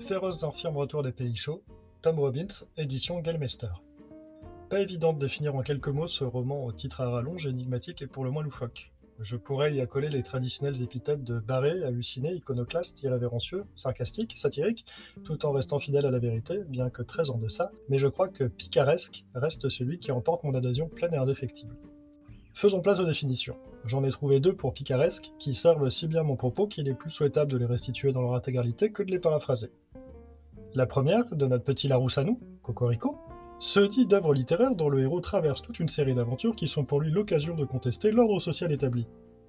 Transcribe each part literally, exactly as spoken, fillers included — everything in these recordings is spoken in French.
Féroces infirmes retour des pays chauds, Tom Robbins, édition Gallmeister. Pas évident de définir en quelques mots ce roman au titre à rallonge, énigmatique et pour le moins loufoque. Je pourrais y accoler les traditionnels épithètes de barré, halluciné, iconoclaste, irrévérencieux, sarcastique, satirique, tout en restant fidèle à la vérité, bien que très en deçà, mais je crois que picaresque reste celui qui emporte mon adhésion pleine et indéfectible. Faisons place aux définitions. J'en ai trouvé deux pour picaresque, qui servent si bien mon propos qu'il est plus souhaitable de les restituer dans leur intégralité que de les paraphraser. La première, de notre petit Larousse à nous, Cocorico, se dit d'œuvre littéraire dont le héros traverse toute une série d'aventures qui sont pour lui l'occasion de contester l'ordre social établi.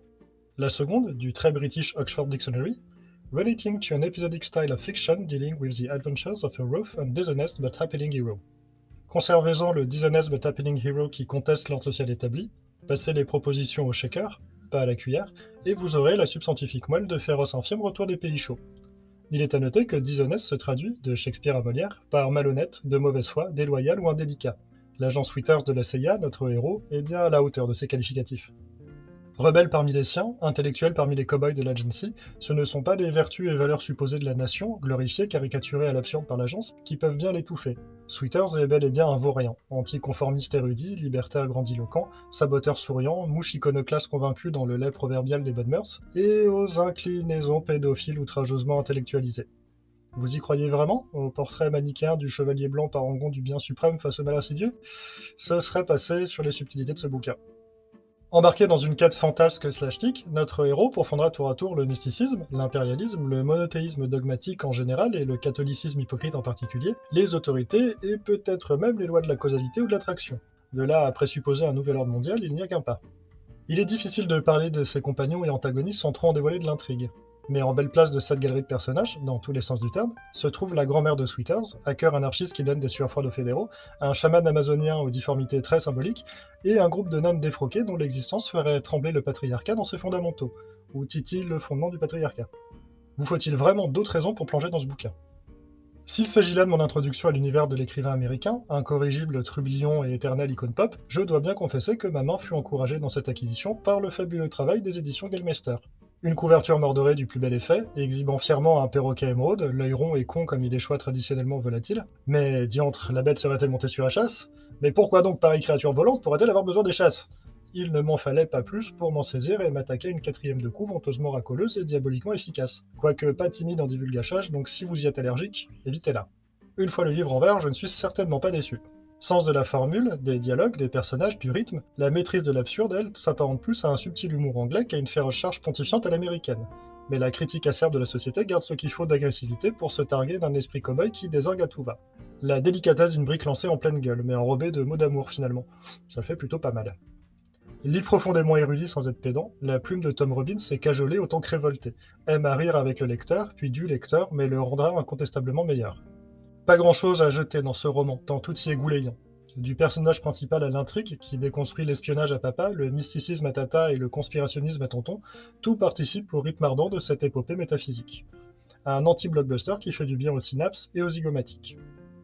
La seconde, du très british Oxford Dictionary, relating to an episodic style of fiction dealing with the adventures of a rough and dishonest but happening hero. Conservez-en le dishonest but happening hero qui conteste l'ordre social établi, passez les propositions au shaker, pas à la cuillère, et vous aurez la substantifique moelle de féroce infirme retour des pays chauds. Il est à noter que dishonest se traduit, de Shakespeare à Molière, par malhonnête, de mauvaise foi, déloyal ou indélicat. L'agent Sweeters de la C I A, notre héros, est bien à la hauteur de ces qualificatifs. Rebelle parmi les siens, intellectuel parmi les cow-boys de l'agency, ce ne sont pas les vertus et valeurs supposées de la nation, glorifiées, caricaturées à l'absurde par l'agence, qui peuvent bien l'étouffer. Sweeters est bel et bien un vaurien, anticonformiste érudit, libertaire grandiloquent, saboteur souriant, mouche iconoclaste convaincu dans le lait proverbial des bonnes mœurs, et aux inclinaisons pédophiles outrageusement intellectualisées. Vous y croyez vraiment, au portrait manichéen du chevalier blanc parangon du bien suprême face au mal insidieux? Ce serait passé sur les subtilités de ce bouquin. Embarqué dans une quête fantasque slash tic, notre héros pourfendra tour à tour le mysticisme, l'impérialisme, le monothéisme dogmatique en général et le catholicisme hypocrite en particulier, les autorités et peut-être même les lois de la causalité ou de l'attraction. De là à présupposer un nouvel ordre mondial, il n'y a qu'un pas. Il est difficile de parler de ses compagnons et antagonistes sans trop en dévoiler de l'intrigue. Mais en belle place de cette galerie de personnages, dans tous les sens du terme, se trouve la grand-mère de Sweeters, hacker anarchiste qui donne des sueurs froides aux fédéraux, un chaman amazonien aux difformités très symboliques, et un groupe de nonnes défroquées dont l'existence ferait trembler le patriarcat dans ses fondamentaux, ou titille le fondement du patriarcat. Vous faut-il vraiment d'autres raisons pour plonger dans ce bouquin? S'il s'agit là de mon introduction à l'univers de l'écrivain américain, incorrigible, trublion et éternel icône pop, je dois bien confesser que ma main fut encouragée dans cette acquisition par le fabuleux travail des éditions Gallmeister. Une couverture mordorée du plus bel effet, exhibant fièrement un perroquet émeraude, l'œil rond et con comme il échoit traditionnellement volatile. Mais diantre, la bête serait-elle montée sur la chasse? Mais pourquoi donc pareille créature volante pourrait-elle avoir besoin des chasses? Il ne m'en fallait pas plus pour m'en saisir et m'attaquer à une quatrième de couve honteusement racoleuse et diaboliquement efficace. Quoique pas timide en divulgachage, donc si vous y êtes allergique, évitez-la. Une fois le livre en vert, je ne suis certainement pas déçu. Sens de la formule, des dialogues, des personnages, du rythme, la maîtrise de l'absurde, elle, s'apparente plus à un subtil humour anglais qu'à une féroce charge pontifiante à l'américaine. Mais la critique acerbe de la société garde ce qu'il faut d'agressivité pour se targuer d'un esprit cow-boy qui désingue à tout va. La délicatesse d'une brique lancée en pleine gueule, mais enrobée de mots d'amour finalement. Ça fait plutôt pas mal. Livre profondément érudit sans être pédant, la plume de Tom Robbins est cajolée autant que révoltée, aime à rire avec le lecteur, puis du lecteur, mais le rendra incontestablement meilleur. Pas grand-chose à jeter dans ce roman, tant tout y est goulayant. Du personnage principal à l'intrigue, qui déconstruit l'espionnage à papa, le mysticisme à tata et le conspirationnisme à tonton, tout participe au rythme ardent de cette épopée métaphysique. Un anti-blockbuster qui fait du bien aux synapses et aux zygomatiques.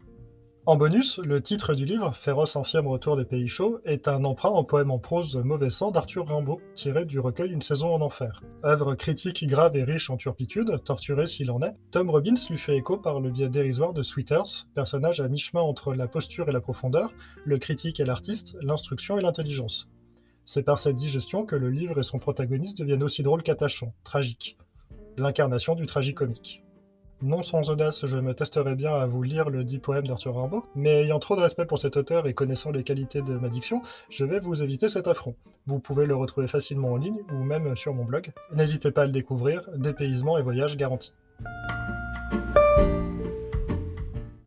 En bonus, le titre du livre, Féroce infirme retour des pays chauds, est un emprunt au poème en prose de Mauvais sang d'Arthur Rimbaud, tiré du recueil Une saison en enfer. Œuvre critique grave et riche en turpitude, torturé s'il en est, Tom Robbins lui fait écho par le biais dérisoire de Sweeters, personnage à mi-chemin entre la posture et la profondeur, le critique et l'artiste, l'instruction et l'intelligence. C'est par cette digestion que le livre et son protagoniste deviennent aussi drôles qu'attachants, tragiques. L'incarnation du tragicomique. Non sans audace, je me testerai bien à vous lire le dit poème d'Arthur Rimbaud, mais ayant trop de respect pour cet auteur et connaissant les qualités de ma diction, je vais vous éviter cet affront. Vous pouvez le retrouver facilement en ligne ou même sur mon blog. N'hésitez pas à le découvrir, dépaysement et voyage garantis.